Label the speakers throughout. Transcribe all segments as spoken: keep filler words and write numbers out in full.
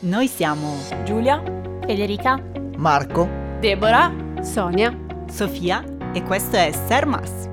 Speaker 1: Noi siamo
Speaker 2: Giulia,
Speaker 3: Federica,
Speaker 4: Marco,
Speaker 2: Deborah,
Speaker 3: Sonia,
Speaker 1: Sofia e questo è Sermas.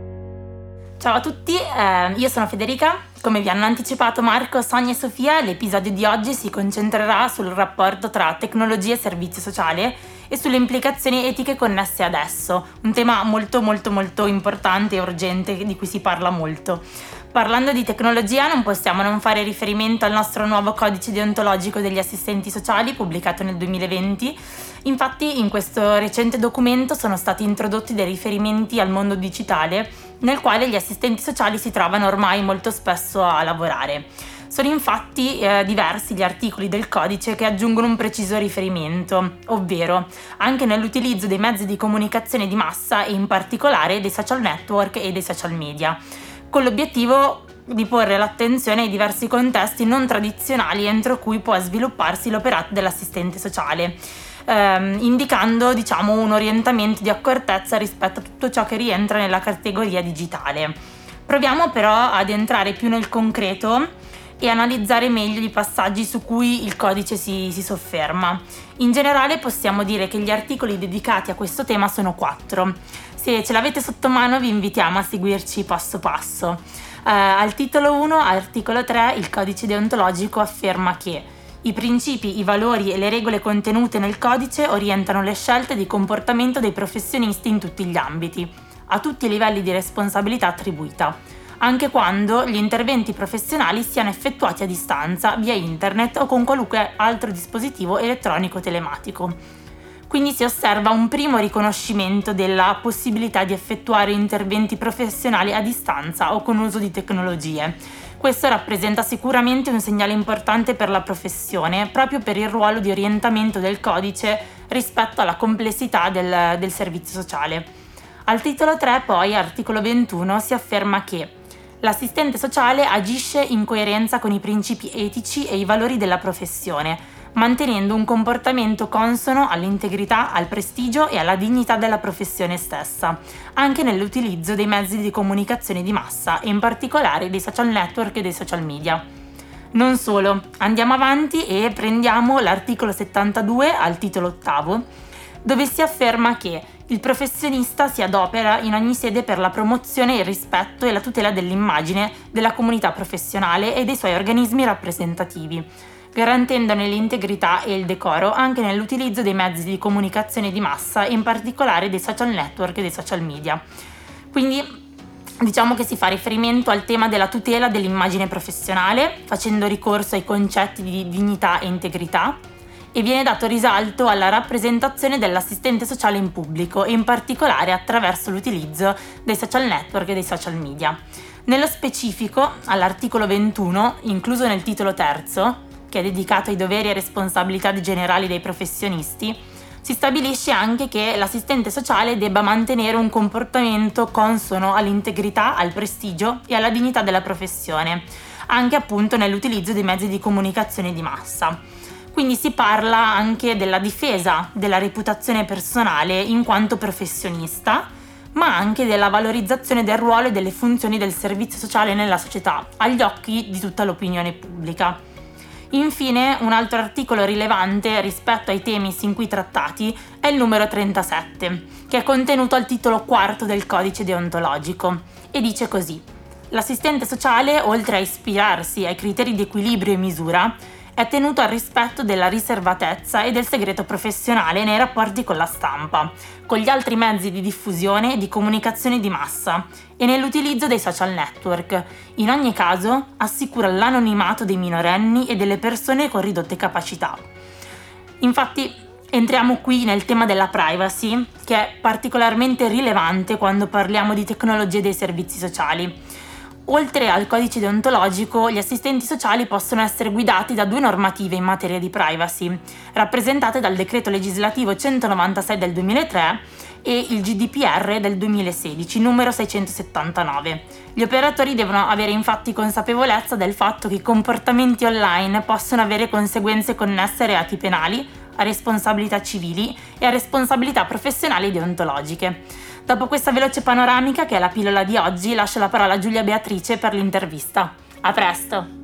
Speaker 5: Ciao a tutti, eh, io sono Federica. Come vi hanno anticipato Marco, Sonia e Sofia, l'episodio di oggi si concentrerà sul rapporto tra tecnologia e servizio sociale e sulle implicazioni etiche connesse ad esso, un tema molto molto molto importante e urgente di cui si parla molto. Parlando di tecnologia non possiamo non fare riferimento al nostro nuovo codice deontologico degli assistenti sociali pubblicato nel duemilaventi. Infatti in questo recente documento sono stati introdotti dei riferimenti al mondo digitale nel quale gli assistenti sociali si trovano ormai molto spesso a lavorare. Sono infatti eh, diversi gli articoli del codice che aggiungono un preciso riferimento, ovvero anche nell'utilizzo dei mezzi di comunicazione di massa e in particolare dei social network e dei social media, con l'obiettivo di porre l'attenzione ai diversi contesti non tradizionali entro cui può svilupparsi l'operato dell'assistente sociale, ehm, indicando diciamo un orientamento di accortezza rispetto a tutto ciò che rientra nella categoria digitale. Proviamo però ad entrare più nel concreto e analizzare meglio i passaggi su cui il codice si, si sofferma. In generale possiamo dire che gli articoli dedicati a questo tema sono quattro. Se ce l'avete sotto mano vi invitiamo a seguirci passo passo. Uh, al titolo uno, articolo tre, il codice deontologico afferma che i principi, i valori e le regole contenute nel codice orientano le scelte di comportamento dei professionisti in tutti gli ambiti, a tutti i livelli di responsabilità attribuita, anche quando gli interventi professionali siano effettuati a distanza, via internet o con qualunque altro dispositivo elettronico telematico. Quindi si osserva un primo riconoscimento della possibilità di effettuare interventi professionali a distanza o con uso di tecnologie. Questo rappresenta sicuramente un segnale importante per la professione, proprio per il ruolo di orientamento del codice rispetto alla complessità del, del servizio sociale. Al titolo tre, poi, articolo ventuno, si afferma che l'assistente sociale agisce in coerenza con i principi etici e i valori della professione, mantenendo un comportamento consono all'integrità, al prestigio e alla dignità della professione stessa, anche nell'utilizzo dei mezzi di comunicazione di massa e in particolare dei social network e dei social media. Non solo, andiamo avanti e prendiamo l'articolo settantadue al titolo ottavo, dove si afferma che il professionista si adopera in ogni sede per la promozione, il rispetto e la tutela dell'immagine della comunità professionale e dei suoi organismi rappresentativi, garantendone l'integrità e il decoro anche nell'utilizzo dei mezzi di comunicazione di massa e in particolare dei social network e dei social media. Quindi diciamo che si fa riferimento al tema della tutela dell'immagine professionale, facendo ricorso ai concetti di dignità e integrità, e viene dato risalto alla rappresentazione dell'assistente sociale in pubblico e in particolare attraverso l'utilizzo dei social network e dei social media. Nello specifico, all'articolo ventuno, incluso nel titolo terzo, che è dedicato ai doveri e responsabilità generali dei professionisti, si stabilisce anche che l'assistente sociale debba mantenere un comportamento consono all'integrità, al prestigio e alla dignità della professione, anche appunto nell'utilizzo dei mezzi di comunicazione di massa. Quindi si parla anche della difesa della reputazione personale in quanto professionista, ma anche della valorizzazione del ruolo e delle funzioni del servizio sociale nella società, agli occhi di tutta l'opinione pubblica. Infine, un altro articolo rilevante rispetto ai temi sin qui trattati è il numero trentasette, che è contenuto al titolo quarto del codice deontologico, e dice così: l'assistente sociale, oltre a ispirarsi ai criteri di equilibrio e misura, è tenuto al rispetto della riservatezza e del segreto professionale nei rapporti con la stampa, con gli altri mezzi di diffusione e di comunicazione di massa e nell'utilizzo dei social network. In ogni caso, assicura l'anonimato dei minorenni e delle persone con ridotte capacità. Infatti, entriamo qui nel tema della privacy, che è particolarmente rilevante quando parliamo di tecnologie dei servizi sociali. Oltre al codice deontologico, gli assistenti sociali possono essere guidati da due normative in materia di privacy, rappresentate dal decreto legislativo centonovantasei del duemilatré e il G D P R del duemilasedici, numero seicentosettantanove. Gli operatori devono avere infatti consapevolezza del fatto che i comportamenti online possono avere conseguenze connesse a reati penali, a responsabilità civili e a responsabilità professionali e deontologiche. Dopo questa veloce panoramica, che è la pillola di oggi, lascio la parola a Giulia Beatrice per l'intervista. A presto!